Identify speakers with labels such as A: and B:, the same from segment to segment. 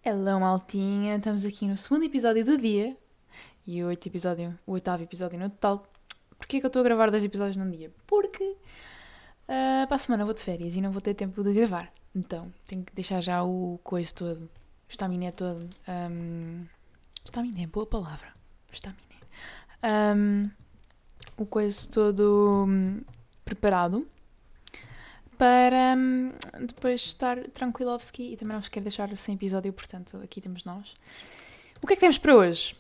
A: Hello, maltinha! Estamos aqui no segundo episódio do dia e o oitavo episódio no total. Porquê que eu estou a gravar 2 episódios num dia? Porque para a semana vou de férias e não vou ter tempo de gravar. Então, tenho que deixar já o coiso todo, o estaminé todo. Estaminé, boa palavra. Estaminé. O coiso todo preparado para depois estar tranquilovski e também não vos quero deixar sem episódio, portanto, aqui temos nós. O que é que temos para hoje?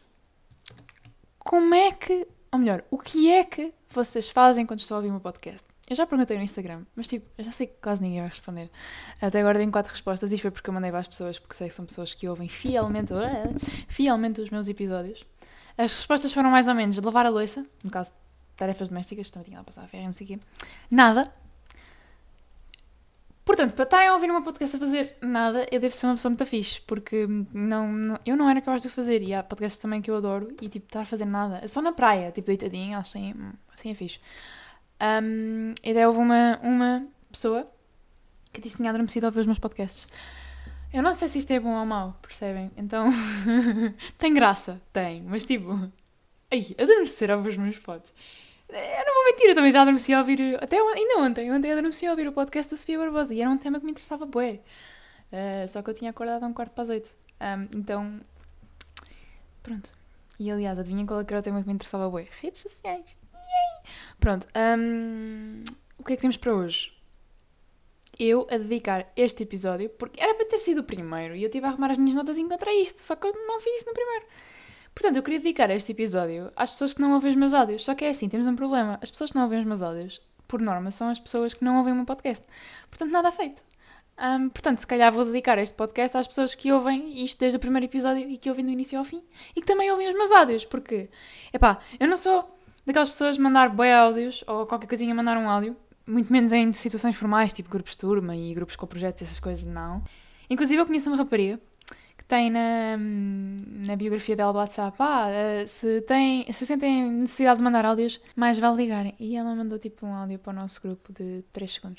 A: O que é que vocês fazem quando estão a ouvir o meu podcast? Eu já perguntei no Instagram, mas eu já sei que quase ninguém vai responder. Até agora tenho 4 respostas e foi porque eu mandei para as pessoas, porque sei que são pessoas que ouvem fielmente os meus episódios. As respostas foram mais ou menos lavar a louça, no caso, tarefas domésticas, também tinha lá passar a ferro, não sei o quê. Nada. Portanto, para estarem a ouvir uma podcast a fazer nada, eu devo ser uma pessoa muito fixe, porque eu não era capaz de o fazer, e há podcasts também que eu adoro, e estar a fazer nada, só na praia, deitadinha, assim é fixe. E daí houve uma pessoa que disse que tinha adormecido a ouvir os meus podcasts. Eu não sei se isto é bom ou mau, percebem? Então, tem graça, mas adormecer a ouvir os meus pods. Eu não vou mentir, eu também já adormeci a ouvir... Ainda ontem adormeci a ouvir o podcast da Sofia Barbosa e era um tema que me interessava bué. Só que eu tinha acordado a 7:15. Então, pronto. E aliás, adivinhem qual era o tema que me interessava bué? Redes sociais. Yay! Pronto. O que é que temos para hoje? Eu a dedicar este episódio, porque era para ter sido o primeiro e eu estive a arrumar as minhas notas e encontrei isto, só que eu não fiz isso no primeiro. Portanto, eu queria dedicar este episódio às pessoas que não ouvem os meus áudios. Só que é assim, temos um problema. As pessoas que não ouvem os meus áudios, por norma, são as pessoas que não ouvem o meu podcast. Portanto, nada feito. Portanto, se calhar vou dedicar este podcast às pessoas que ouvem isto desde o primeiro episódio e que ouvem do início ao fim e que também ouvem os meus áudios. Porque, eu não sou daquelas pessoas de mandar bué áudios ou qualquer coisinha mandar um áudio. Muito menos em situações formais, tipo grupos de turma e grupos com projetos e essas coisas, não. Inclusive, eu conheço uma rapariga tem na biografia dela do WhatsApp, se sentem necessidade de mandar áudios, mais vale ligarem. E ela mandou tipo um áudio para o nosso grupo de 3 segundos.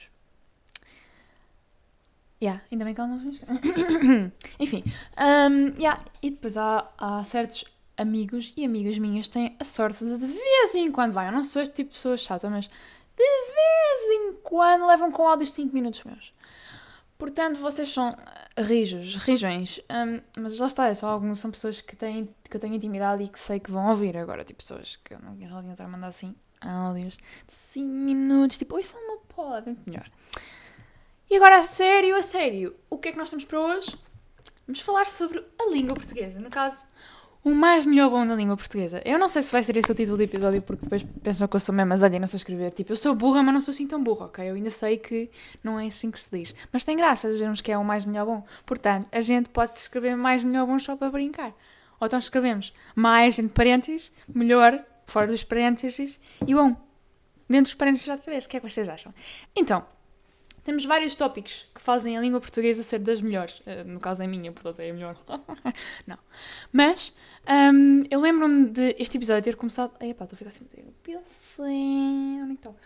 A: Ainda bem que ela não fez. Enfim, e depois há certos amigos e amigas minhas que têm a sorte de vez em quando, eu não sou este tipo de pessoa chata, mas de vez em quando levam com áudios de 5 minutos meus. Portanto, vocês são rijões, mas lá está, são pessoas que eu tenho intimidade e que sei que vão ouvir agora, tipo, pessoas que eu não quero estar a mandar assim áudios de 5 minutos, tipo, isso é uma pod, muito melhor. E agora, a sério, o que é que nós temos para hoje? Vamos falar sobre a língua portuguesa, no caso, o mais melhor bom da língua portuguesa. Eu não sei se vai ser esse o título do episódio, porque depois pensam que eu sou mesmo azalha e não sei escrever. Tipo, eu sou burra, mas não sou assim tão burra, ok? Eu ainda sei que não é assim que se diz. Mas tem graça dizermos que é o mais melhor bom. Portanto, a gente pode escrever mais melhor bom só para brincar. Ou então escrevemos mais entre parênteses, melhor, fora dos parênteses, e bom, dentro dos parênteses outra vez. O que é que vocês acham? Então, temos vários tópicos que fazem a língua portuguesa ser das melhores. No caso é minha, portanto é a melhor. Não. Mas, eu lembro-me de este episódio ter começado... estou a ficar assim... Eu pensei... Onde é que está?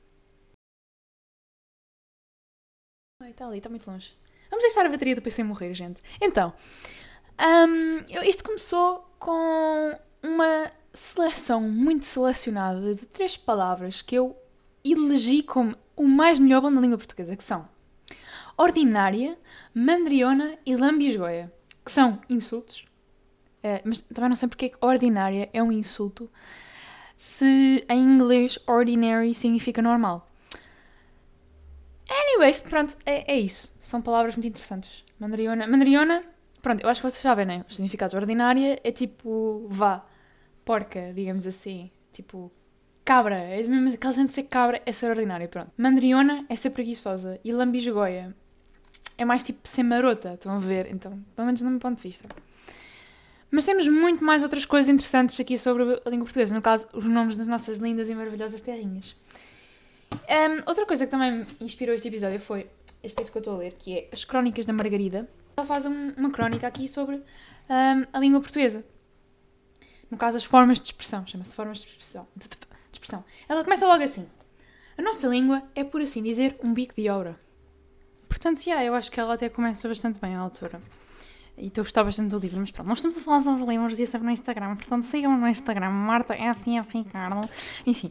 A: Está ali, está muito longe. Vamos deixar a bateria do PC morrer, gente. Então, isto começou com uma seleção muito selecionada de 3 palavras que eu elegi como o mais melhor bom da língua portuguesa, que são ordinária, mandriona e lambisgoia, que são insultos. Mas também não sei porque é que ordinária é um insulto se em inglês ordinary significa normal. Anyways, pronto, é isso. São palavras muito interessantes. Mandriona, pronto, eu acho que vocês sabem, né? Os significados. Ordinária é tipo, porca, digamos assim. Tipo, cabra, é mesmo aquela gente de ser cabra é ser ordinária, pronto. Mandriona é ser preguiçosa e lambisgoia é mais tipo ser marota, estão a ver? Então, pelo menos do meu ponto de vista. Mas temos muito mais outras coisas interessantes aqui sobre a língua portuguesa, no caso, os nomes das nossas lindas e maravilhosas terrinhas. Outra coisa que também me inspirou este episódio foi este livro que eu estou a ler, que é As Crónicas da Margarida. Ela faz uma crónica aqui sobre a língua portuguesa. No caso, as formas de expressão. Chama-se formas de expressão. Ela começa logo assim. A nossa língua é, por assim dizer, um bico de obra. Portanto, eu acho que ela até começa bastante bem à altura. E estou a gostar bastante do livro, mas pronto, nós estamos a falar sobre livros e é sempre no Instagram, portanto sigam-me no Instagram, Marta FF Ricardo, enfim.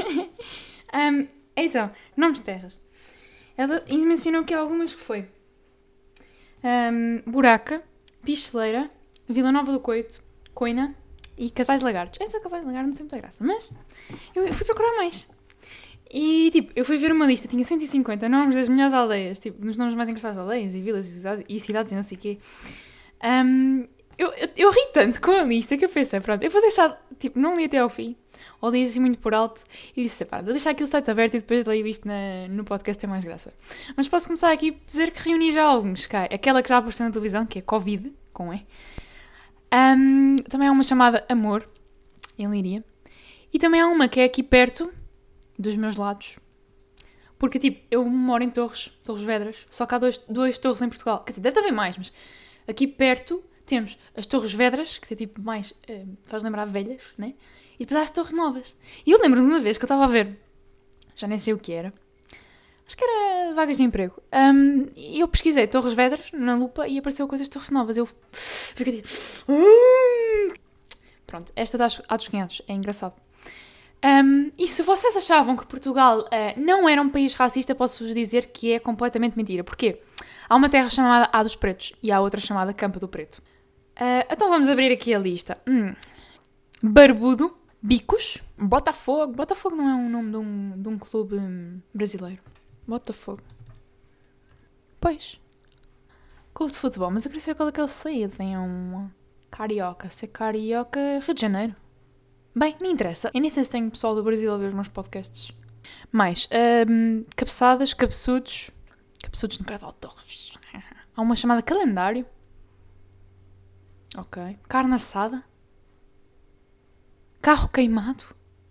A: Então, nomes de terras. Ela mencionou aqui algumas que foi Buraca, Picheleira, Vila Nova do Coito, Coina e Casais Lagartos. Essa Casais Lagartos não tem muita graça, mas eu fui procurar mais. E, tipo, eu fui ver uma lista, tinha 150 nomes das melhores aldeias, tipo, nos nomes mais engraçados de aldeias e vilas e cidades e não sei o quê. Eu ri tanto com a lista que eu pensei, pronto, eu vou deixar, tipo, não li até ao fim, ou li assim muito por alto, e disse, pá, vou deixar aqui o site aberto e depois leio isto no podcast, tem mais graça. Mas posso começar aqui a dizer que reuni já alguns, cá. Aquela que já apareceu na televisão, que é Covid, com E. Também há uma chamada Amor, em Líria. E também há uma que é aqui perto dos meus lados. Porque, tipo, eu moro em Torres Vedras, só que há duas torres em Portugal. Quer dizer, deve haver mais, mas aqui perto temos as Torres Vedras, que é tipo mais, faz lembrar velhas, né? E depois há as Torres Novas. E eu lembro de uma vez que eu estava a ver, já nem sei o que era, acho que era vagas de emprego. E eu pesquisei Torres Vedras na lupa e apareceu coisas de Torres Novas. Eu fiquei tipo... Pronto, esta há dos cunhados, é engraçado. E se vocês achavam que Portugal não era um país racista, posso-vos dizer que é completamente mentira. Porquê? Há uma terra chamada A dos Pretos e há outra chamada Campo do Preto. Então vamos abrir aqui a lista. Barbudo, Bicos, Botafogo. Botafogo não é um nome de um clube brasileiro. Botafogo. Pois. Clube de futebol, mas eu queria saber qual é que ele saía. Tem um Carioca. Se é Carioca, Rio de Janeiro. Bem, não interessa. Eu nem sei se tenho pessoal do Brasil a ver os meus podcasts. Mais, cabeçadas, cabeçudos. Cabeçudos no Carnaval de Torres. Há uma chamada Calendário. Ok. Carne assada. Carro queimado.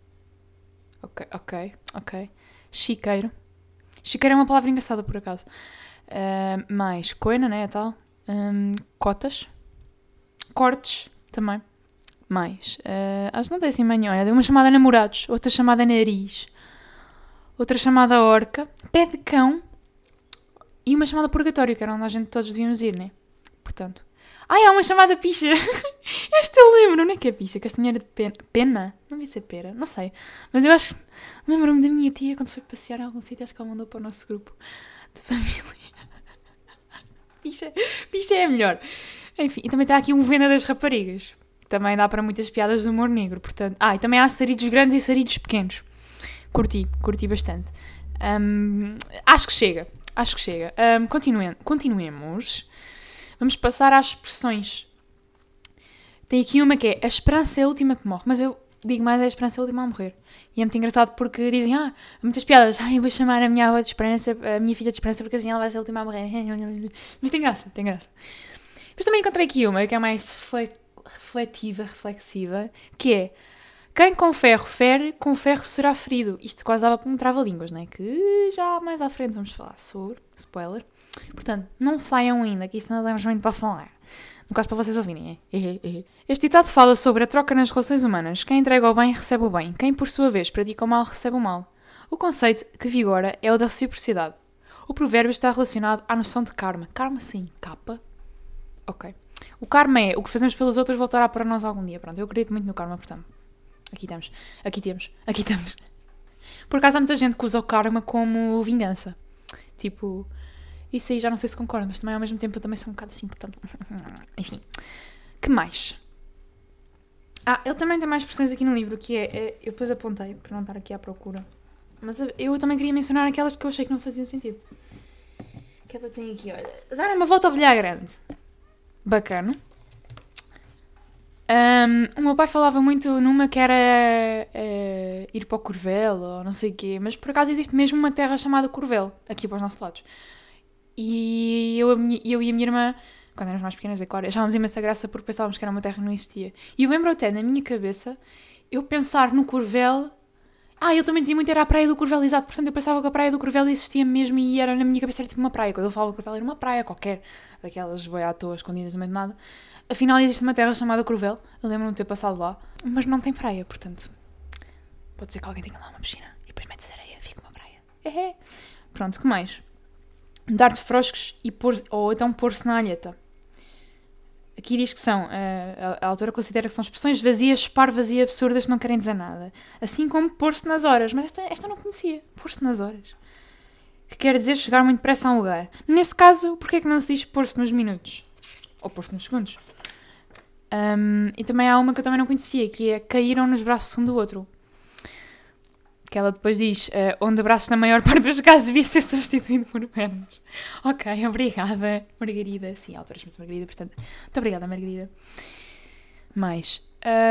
A: Ok. Chiqueiro. Chiqueiro é uma palavra engraçada, por acaso. Mais coina, né, tal. Cotas. Cortes, também. Mais. Acho que não tem assim manhã. Olha, uma chamada Namorados, outra chamada Nariz, outra chamada Orca, Pé de Cão e uma chamada Purgatório, que era onde a gente todos devíamos ir, né? Portanto. Há uma chamada Picha. Esta eu lembro, não é que é Picha? Castanheira de Pena? Não devia ser pera, não sei. Mas eu acho. Lembro-me da minha tia quando foi passear a algum sítio, acho que ela mandou para o nosso grupo de família. Picha é a melhor. Enfim, e também está aqui um Venda das Raparigas. Também dá para muitas piadas de humor negro, portanto... e também há saridos grandes e saridos pequenos. Curti bastante. Acho que chega. Continuemos. Vamos passar às expressões. Tem aqui uma que é: a esperança é a última que morre. Mas eu digo mais: a esperança é a última a morrer. E é muito engraçado porque dizem, muitas piadas. Eu vou chamar a minha avó de esperança, a minha filha de esperança, porque assim ela vai ser a última a morrer. Mas tem graça. Depois também encontrei aqui uma que é mais reflexiva, que é: quem com ferro fere, com ferro será ferido. Isto quase dava para um trava-línguas, não é? Que já mais à frente vamos falar sobre, spoiler. Portanto, não saiam ainda, que isso não temos muito para falar. No caso, para vocês ouvirem, Este ditado fala sobre a troca nas relações humanas. Quem entrega o bem, recebe o bem. Quem, por sua vez, pratica o mal, recebe o mal. O conceito que vigora é o da reciprocidade. O provérbio está relacionado à noção de karma. Karma, sim. Capa. Ok. O karma é o que fazemos pelos outros voltará para nós algum dia. Pronto, eu acredito muito no karma, portanto. Aqui temos. Por acaso há muita gente que usa o karma como vingança. Tipo, isso aí já não sei se concordo, mas também ao mesmo tempo eu também sou um bocado assim, portanto. Enfim. Que mais? Ele também tem mais expressões aqui no livro, que eu depois apontei, para não estar aqui à procura. Mas eu também queria mencionar aquelas que eu achei que não faziam sentido. Que ela tem aqui, olha. Dar uma volta ao bilhar grande. Bacana. O meu pai falava muito numa que era ir para o Corvel ou não sei o quê, mas por acaso existe mesmo uma terra chamada Corvel, aqui para os nossos lados. E eu e a minha irmã, quando éramos mais pequenas, é claro, achávamos imensa graça porque pensávamos que era uma terra que não existia. E eu lembro até, na minha cabeça, eu pensar no Corvel... ele também dizia muito era a praia do Corvel, exato, portanto eu pensava que a praia do Corvel existia mesmo e era na minha cabeça era tipo uma praia. Quando eu falava que o Corvel era uma praia qualquer, daquelas boi à toa escondidas no meio de nada. Afinal existe uma terra chamada Corvel, eu lembro-me de ter passado lá, mas não tem praia, portanto pode ser que alguém tenha lá uma piscina e depois mete-se areia, fica uma praia. Pronto, que mais? Dar-te froscos ou então pôr-se na alheta. Aqui diz que são, a autora considera que são expressões vazias, parvas e absurdas que não querem dizer nada. Assim como pôr-se nas horas. Mas esta eu não conhecia. Pôr-se nas horas. Que quer dizer chegar muito depressa a um lugar. Nesse caso, porquê é que não se diz pôr-se nos minutos? Ou pôr-se nos segundos? E também há uma que eu também não conhecia, que é caíram nos braços um do outro. Que ela depois diz, onde braços na maior parte dos casos devia ser substituído por pernas. Ok, obrigada, Margarida. Sim, a autora chama-se Margarida, portanto, muito obrigada, Margarida. Mais.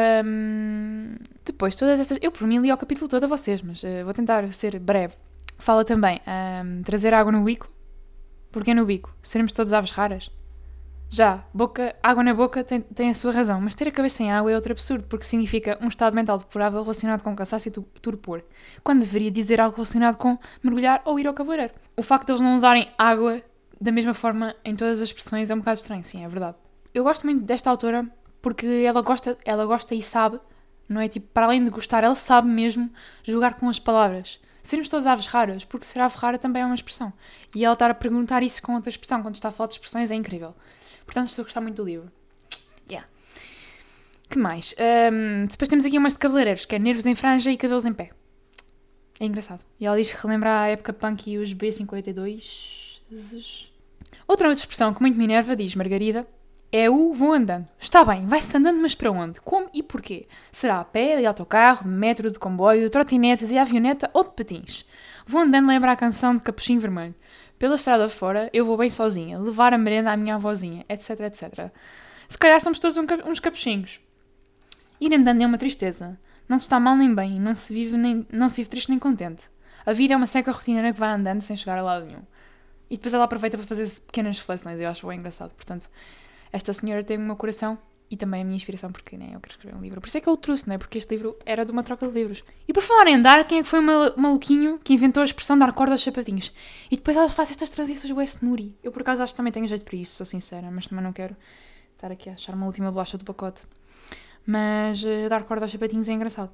A: Depois, todas estas... Eu, por mim, li o capítulo todo a vocês, mas vou tentar ser breve. Fala também, trazer água no bico. Porquê no bico? Seremos todos aves raras? Já, água na boca tem a sua razão, mas ter a cabeça em água é outro absurdo, porque significa um estado mental deplorável relacionado com cansaço e torpor, quando deveria dizer algo relacionado com mergulhar ou ir ao cabeleireiro. O facto de eles não usarem água da mesma forma em todas as expressões é um bocado estranho, sim, é verdade. Eu gosto muito desta autora porque ela gosta e sabe, não é? Tipo, para além de gostar, ela sabe mesmo jogar com as palavras. Seremos todas aves raras, porque ser ave rara também é uma expressão. E ela estar a perguntar isso com outra expressão, quando está a falar de expressões, é incrível. Portanto, estou a gostar muito do livro. Yeah. Que mais? Depois temos aqui umas de cabeleireiros, que é nervos em franja e cabelos em pé. É engraçado. E ela diz que relembra a época punk e os B52. Outra expressão que muito me enerva, diz Margarida, é o vou andando. Está bem, vai-se andando, mas para onde? Como e porquê? Será a pé, de autocarro, de metro, de comboio, de trotinete, de avioneta ou de patins? Vou andando lembra a canção de Capuchinho Vermelho. Pela estrada fora, eu vou bem sozinha, levar a merenda à minha avózinha, etc, etc. Se calhar somos todos uns capuchinhos. Ir andando é uma tristeza. Não se está mal nem bem, não se vive triste nem contente. A vida é uma seca rotineira que vai andando sem chegar a lado nenhum. E depois ela aproveita para fazer pequenas reflexões, eu acho bem engraçado. Portanto, esta senhora tem o meu coração e também a minha inspiração, porque eu quero escrever um livro. Por isso é que eu o trouxe, né? Porque este livro era de uma troca de livros. E por falar em andar, quem é que foi o maluquinho que inventou a expressão dar corda aos sapatinhos? E depois ela faz estas transições West Muri. Eu por acaso acho que também tenho jeito para isso, sou sincera, mas também não quero estar aqui a achar uma última bolacha do pacote. Mas dar corda aos sapatinhos é engraçado.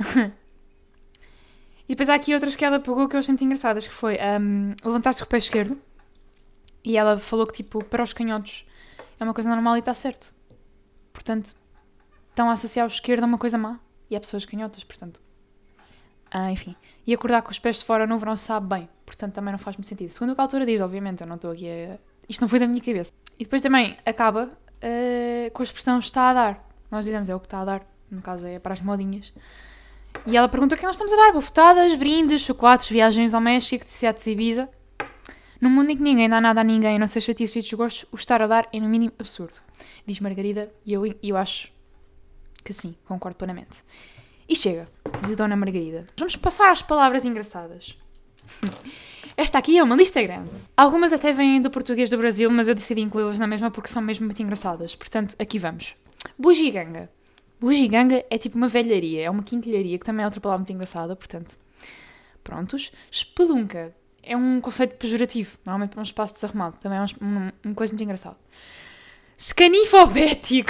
A: E depois há aqui outras que ela pegou que eu achei muito engraçadas, que foi levantar-se com o pé esquerdo. E ela falou que, tipo, para os canhotos é uma coisa normal e está certo. Portanto, estão a associar o esquerdo a uma coisa má. E há pessoas canhotas, portanto. Enfim. E acordar com os pés de fora no verão sabe bem. Portanto, também não faz muito sentido. Segundo o que a autora diz, obviamente, eu não estou aqui a... Isto não foi da minha cabeça. E depois também acaba com a expressão está a dar. Nós dizemos é o que está a dar. No caso é para as modinhas. E ela pergunta o que nós estamos a dar. Bofetadas, brindes, chocolates, viagens ao México, Teatros Ibiza. No mundo em que ninguém dá nada a ninguém, não sei chatice e desgostos, o estar a dar é no mínimo absurdo. Diz Margarida, e eu acho que sim, concordo plenamente. E chega, de Dona Margarida. Vamos passar às palavras engraçadas. Esta aqui é uma lista grande. Algumas até vêm do português do Brasil, mas eu decidi incluí-las na mesma porque são mesmo muito engraçadas. Portanto, aqui vamos. Bugiganga. Bugiganga é tipo uma velharia, é uma quinquilharia, que também é outra palavra muito engraçada, portanto. Prontos. Espelunca. É um conceito pejorativo, normalmente para um espaço desarrumado. Também é uma coisa muito engraçada. Escanifobético.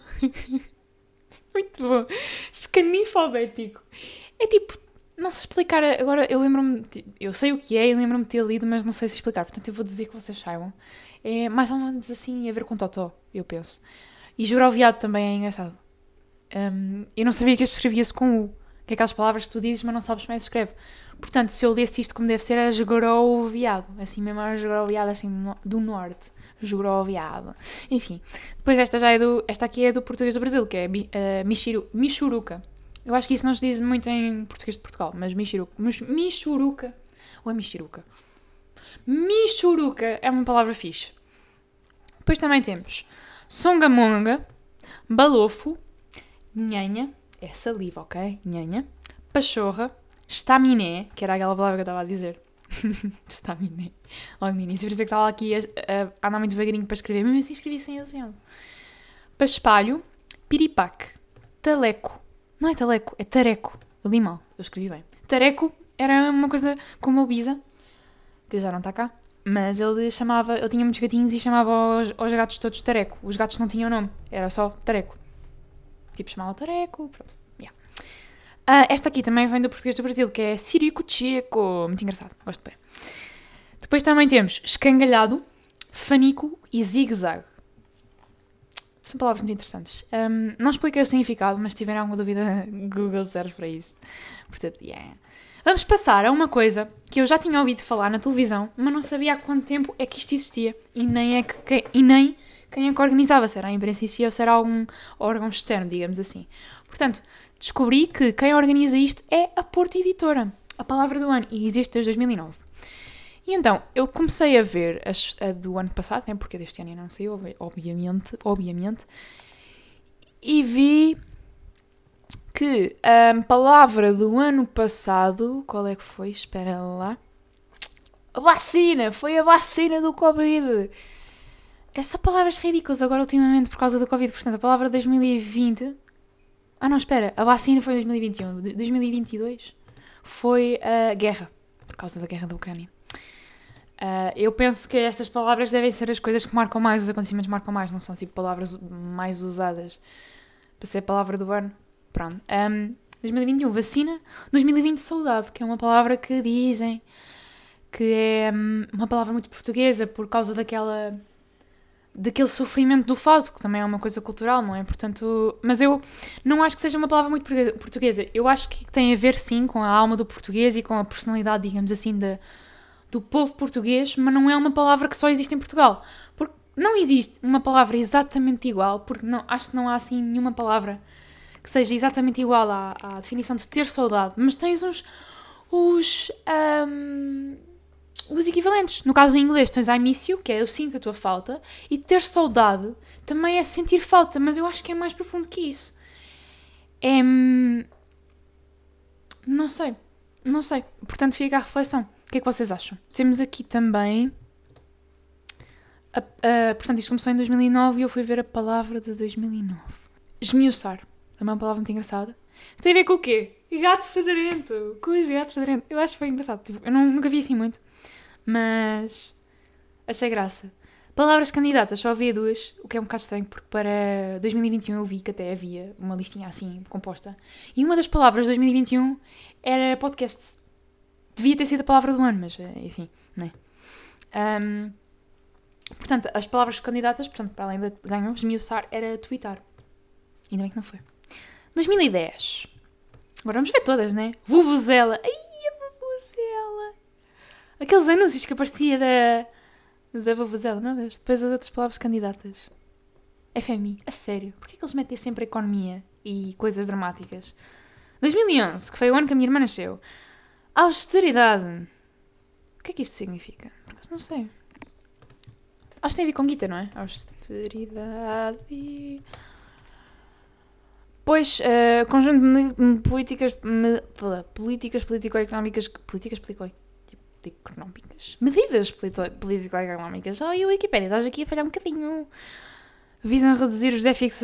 A: Muito bom. Escanifobético. É tipo, não sei explicar. Agora eu lembro-me, eu sei o que é e lembro-me de ter lido, mas não sei se explicar. Portanto, eu vou dizer que vocês saibam. É mais ou menos assim a ver com Totó, eu penso. E Juroviado também é engraçado. Eu não sabia que isto escrevia-se com U. Que é aquelas palavras que tu dizes, mas não sabes como é que se escreve. Portanto, se eu lesse isto como deve ser, é Juroviado. Assim mesmo, é Juroviado, assim, do norte. Juroviado. Enfim. Depois esta aqui é do português do Brasil, que é Michuruca. Eu acho que isso não se diz muito em português de Portugal, mas Michuruca. Ou é Michuruca? Michuruca é uma palavra fixe. Depois também temos Songamonga, Balofo, Nhanha, é saliva, ok? Nhanha, Pachorra, Estaminé, que era aquela palavra que eu estava a dizer. Estaminé. Logo no início, por isso é que estava aqui a andar muito devagarinho para escrever, mas assim escrevi sem acento. Paspalho, Piripaque, Taleco. Não é Taleco, é Tareco. Eu li mal, eu escrevi bem. Tareco era uma coisa como o Bisa, que já não está cá, mas ele tinha muitos gatinhos e chamava aos gatos todos Tareco. Os gatos não tinham nome, era só Tareco. Tipo, chamava Tareco, pronto. Yeah. Esta aqui também vem do português do Brasil, que é Sirico-Checo. Muito engraçado, gosto bem. Depois também temos escangalhado, fanico e zigue-zague. São palavras muito interessantes. Não expliquei o significado, mas se tiverem alguma dúvida, Google serve para isso. Portanto, yeah. Vamos passar a uma coisa que eu já tinha ouvido falar na televisão, mas não sabia há quanto tempo é que isto existia. E nem quem é que organizava, se era a imprensa em si ou se era algum órgão externo, digamos assim. Portanto, descobri que quem organiza isto é a Porta Editora. A palavra do ano. E existe desde 2009. E então, eu comecei a ver a do ano passado, né, porque deste ano ainda não saiu, obviamente, e vi que a palavra do ano passado, qual é que foi? Espera lá. A vacina! Foi a vacina do Covid! Essa palavra é ridícula agora ultimamente por causa do Covid, portanto, a palavra de 2020... Ah não, espera, a vacina foi em 2021, 2022 foi a guerra, por causa da guerra da Ucrânia. Eu penso que estas palavras devem ser as coisas que marcam mais, os acontecimentos que marcam mais, não são tipo palavras mais usadas para ser a palavra do ano. Pronto. 2021, vacina. 2020, saudade, que é uma palavra que dizem que é uma palavra muito portuguesa por causa daquele sofrimento do fado, que também é uma coisa cultural, não é? Portanto, mas eu não acho que seja uma palavra muito portuguesa. Eu acho que tem a ver, sim, com a alma do português e com a personalidade, digamos assim, do povo português, mas não é uma palavra que só existe em Portugal. Porque não existe uma palavra exatamente igual, porque não, acho que não há assim nenhuma palavra que seja exatamente igual à definição de ter saudade, mas tens os equivalentes. No caso em inglês tens I miss you, que é eu sinto a tua falta, e ter saudade também é sentir falta, mas eu acho que é mais profundo que isso. Não sei. Portanto, fica a reflexão. O que é que vocês acham? Temos aqui também... portanto, isto começou em 2009 e eu fui ver a palavra de 2009. Esmiuçar. Também é uma palavra muito engraçada. Tem a ver com o quê? Gato fedorento. Com os gato fedorento. Eu acho que foi engraçado. Tipo, eu nunca vi assim muito. Mas achei graça. Palavras candidatas, só havia duas, o que é um bocado estranho, porque para 2021 eu vi que até havia uma listinha assim, composta. E uma das palavras de 2021 era podcast. Devia ter sido a palavra do ano, mas enfim, né? Portanto, as palavras candidatas, portanto, para além de ganham, esmiuçar, era tweetar. Ainda bem que não foi. 2010. Agora vamos ver todas, né? Vuvuzela. Ai, a Vuvuzela. Aqueles anúncios que aparecia da Vuvuzela. Meu Deus. Depois as outras palavras candidatas. FMI. A sério. Porquê que eles metem sempre a economia e coisas dramáticas? 2011, que foi o ano que a minha irmã nasceu. Austeridade. O que é que isto significa? Por acaso não sei. Acho que tem a ver com guita, não é? Austeridade. Pois, conjunto de políticas político-económicas. Medidas político-económicas. E a Wikipédia, estás aqui a falhar um bocadinho. Visam reduzir os déficits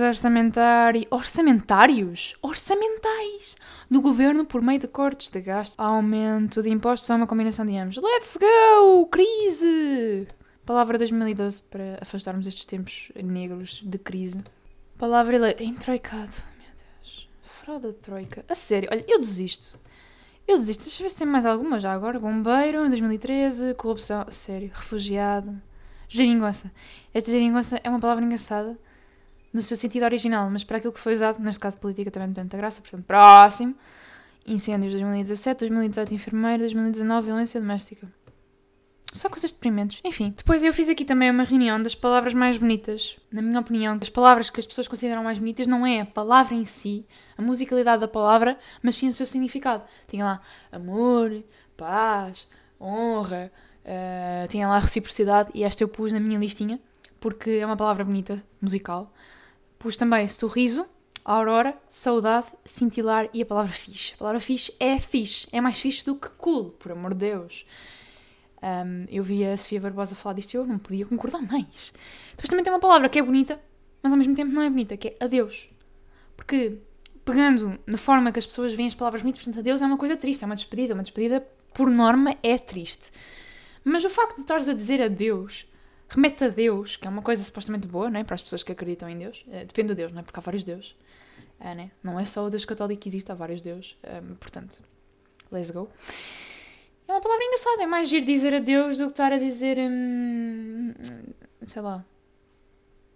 A: orçamentais do governo por meio de cortes de gastos, aumento de impostos ou uma combinação de ambos. Let's go! Crise! Palavra 2012 para afastarmos estes tempos negros de crise. Palavra entroicado. Meu Deus. Fraude de troika. A sério, olha, eu desisto. Deixa eu ver se tem mais alguma já agora. Bombeiro, em 2013. Corrupção. A sério. Refugiado. Geringonça. Esta geringonça é uma palavra engraçada no seu sentido original, mas para aquilo que foi usado, neste caso política também não tem tanta graça, portanto, próximo. Incêndios 2017, 2018 enfermeiro, 2019 violência doméstica. Só coisas deprimentes. Enfim, depois eu fiz aqui também uma reunião das palavras mais bonitas. Na minha opinião, as palavras que as pessoas consideram mais bonitas não é a palavra em si, a musicalidade da palavra, mas sim o seu significado. Tinha lá amor, paz, honra, tinha lá reciprocidade, e esta eu pus na minha listinha, porque é uma palavra bonita, musical. Pus também sorriso, aurora, saudade, cintilar e a palavra fixe. A palavra fixe, é mais fixe do que cool, por amor de Deus. Eu vi a Sofia Barbosa falar disto e eu não podia concordar mais. Depois também tem uma palavra que é bonita, mas ao mesmo tempo não é bonita, que é adeus. Porque, pegando na forma que as pessoas veem as palavras bonitas, portanto, adeus é uma coisa triste, é uma despedida. Uma despedida, por norma, é triste. Mas o facto de estares a dizer adeus remete a Deus, que é uma coisa supostamente boa, não é? Para as pessoas que acreditam em Deus. Depende do Deus, não é? Porque há vários deuses. Né? Não é só o Deus católico que existe, há vários deuses. Portanto, let's go. É uma palavra engraçada, é mais giro dizer adeus do que estar a dizer, sei lá,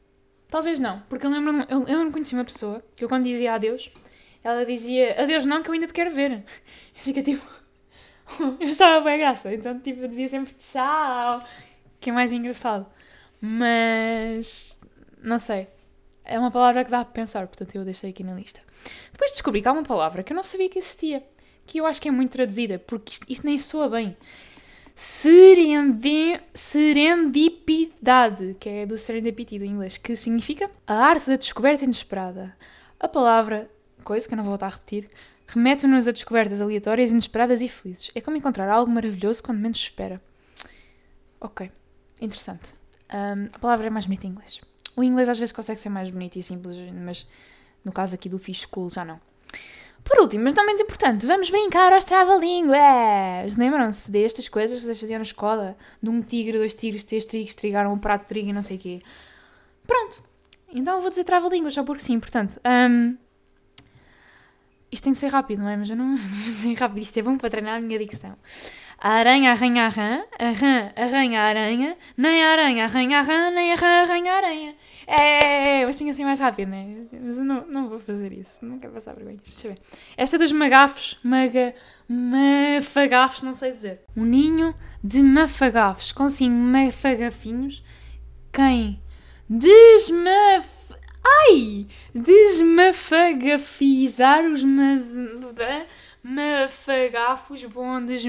A: Talvez não, porque eu lembro-me conheci uma pessoa que eu quando dizia adeus, ela dizia adeus não, que eu ainda te quero ver. Fica tipo... eu estava bem graça, então tipo, eu dizia sempre tchau, que é mais engraçado. Mas... não sei. É uma palavra que dá para pensar, portanto eu deixei aqui na lista. Depois descobri que há uma palavra que eu não sabia que existia, que eu acho que é muito traduzida, porque isto nem soa bem. Serendipidade, que é do serendipity, do inglês, que significa a arte da descoberta inesperada. A palavra, coisa que eu não vou voltar a repetir, remete-nos a descobertas aleatórias, inesperadas e felizes. É como encontrar algo maravilhoso quando menos se espera. Ok, interessante. A palavra é mais bonita em inglês. O inglês às vezes consegue ser mais bonito e simples, mas no caso aqui do Fish School já não. Por último, mas não menos importante, vamos brincar aos trava-línguas. Lembram-se destas coisas que vocês faziam na escola? De um tigre, 2 tigres, 3 tigres, trigaram um prato de trigo e não sei o quê. Pronto. Então eu vou dizer trava-línguas, só porque sim. Portanto, isto tem que ser rápido, não é? Mas eu não vou dizer rápido. Isto é bom para treinar a minha dicção. A aranha arranha a rã, a rã arranha a aranha, nem a aranha arranha a rã, nem a rã arranha a aranha. É, assim mais rápido, né? Mas eu não vou fazer isso, não quero passar vergonha. Deixa eu ver. Esta dos magafos, mafagafos, não sei dizer. Um ninho de mafagafos, consigo mafagafinhos, quem desmafagafizar os mafagafos bondes,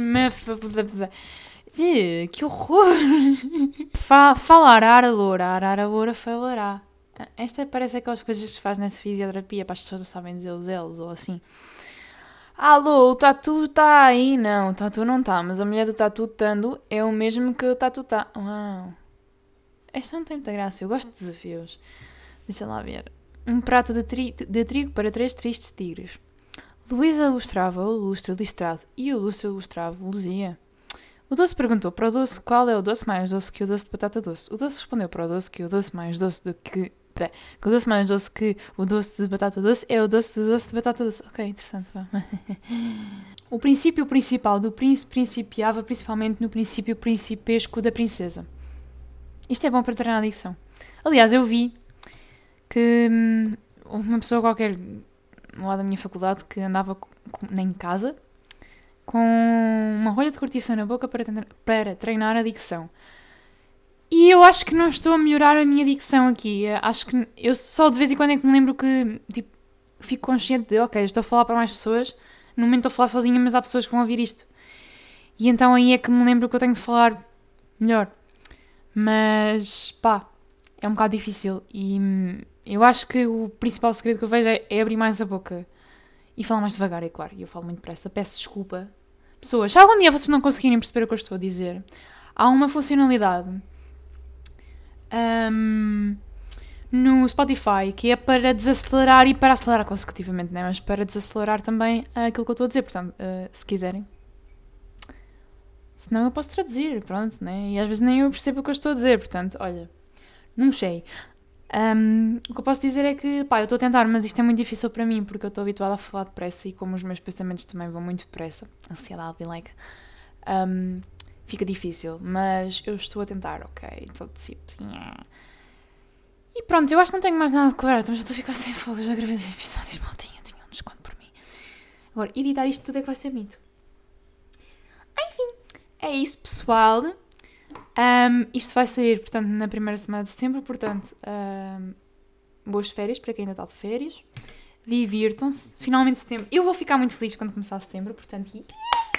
A: que horror! Falar arara loura falará. Esta parece aquelas coisas que se faz nessa fisioterapia para as pessoas não sabem dizer os L's ou assim. Alô, o tatu está aí? Não, o tatu não está, mas a mulher do tatu estando é o mesmo que o tatu está. Uau! Esta não tem muita graça, eu gosto de desafios. Deixa lá ver. Um prato de trigo para 3 tristes tigres. Luísa lustrava o lustre listrado e o lustre lustrava Luzia. O doce perguntou para o doce qual é o doce mais doce que o doce de batata doce. O doce respondeu para o doce que o doce mais doce do que... que o doce mais doce que o doce de batata doce é o doce de batata doce. Ok, interessante. O princípio principal do príncipe principiava principalmente no princípio principesco da princesa. Isto é bom para treinar a dicção. Aliás, eu vi que houve uma pessoa qualquer lá da minha faculdade que andava em casa com uma rolha de cortiça na boca para treinar a dicção. E eu acho que não estou a melhorar a minha dicção aqui. Acho que eu só de vez em quando é que me lembro que tipo, fico consciente de ok, estou a falar para mais pessoas. No momento estou a falar sozinha, mas há pessoas que vão ouvir isto. E então aí é que me lembro que eu tenho de falar melhor. Mas pá, é um bocado difícil. E eu acho que o principal segredo que eu vejo é abrir mais a boca. E falar mais devagar, é claro. E eu falo muito depressa. Peço desculpa. Pessoas, se algum dia vocês não conseguirem perceber o que eu estou a dizer, há uma funcionalidade no Spotify que é para desacelerar e para acelerar consecutivamente, né? Mas para desacelerar também aquilo que eu estou a dizer. Portanto, se quiserem. Senão eu posso traduzir, pronto, né? E às vezes nem eu percebo o que eu estou a dizer. Portanto, olha, não sei. O que eu posso dizer é que, pá, eu estou a tentar, mas isto é muito difícil para mim, porque eu estou habituada a falar depressa e como os meus pensamentos também vão muito depressa, ansiedade e like, fica difícil, mas eu estou a tentar, ok, estou disciplina. E pronto, eu acho que não tenho mais nada a cobrar, então já estou a ficar sem fogo, já gravei 10 episódios, maltinha, tinha um desconto por mim. Agora, editar isto tudo é que vai ser mito. Enfim, é isso, pessoal. Isto vai sair, portanto, na primeira semana de setembro, portanto, boas férias para quem ainda está de férias. Divirtam-se. Finalmente setembro. Eu vou ficar muito feliz quando começar setembro, portanto, setembro.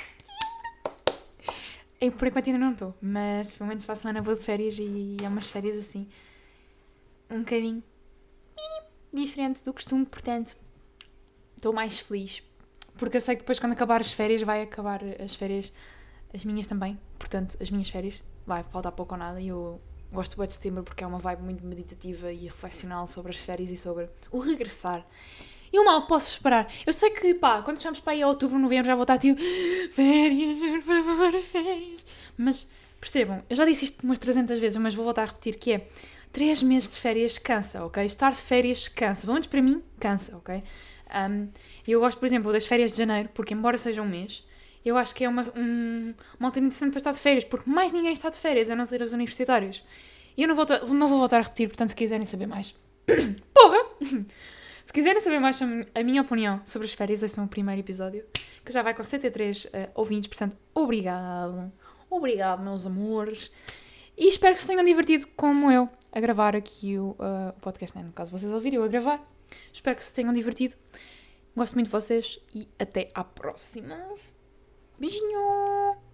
A: Eu por enquanto ainda não estou, mas pelo menos para a semana vou de férias e é umas férias assim, um bocadinho diferente do costume, portanto, estou mais feliz. Porque eu sei que depois quando acabar as férias, vai acabar as férias, as minhas também, portanto, as minhas férias. Vai faltar pouco ou nada e eu gosto bem de setembro porque é uma vibe muito meditativa e reflexional sobre as férias e sobre o regressar. E o mal que posso esperar. Eu sei que, pá, quando chegamos para aí a outubro, novembro, já vou estar tipo férias, por favor, férias. Mas, percebam, eu já disse isto umas 300 vezes, mas vou voltar a repetir que é 3 meses de férias cansa, ok? Estar de férias cansa. Pelo menos para mim, cansa, ok? Eu gosto, por exemplo, das férias de janeiro, porque embora seja um mês, eu acho que é uma altura interessante para estar de férias, porque mais ninguém está de férias, a não ser os universitários. E eu não vou voltar a repetir, portanto, se quiserem saber mais, Porra! Se quiserem saber mais sobre a minha opinião sobre as férias, esse é o primeiro episódio, que já vai com 73 ouvintes, portanto, obrigado. Obrigado, meus amores. E espero que se tenham divertido como eu a gravar aqui o podcast, né? No caso, vocês ouvirem eu a gravar. Espero que se tenham divertido. Gosto muito de vocês e até à próxima. Beijinho!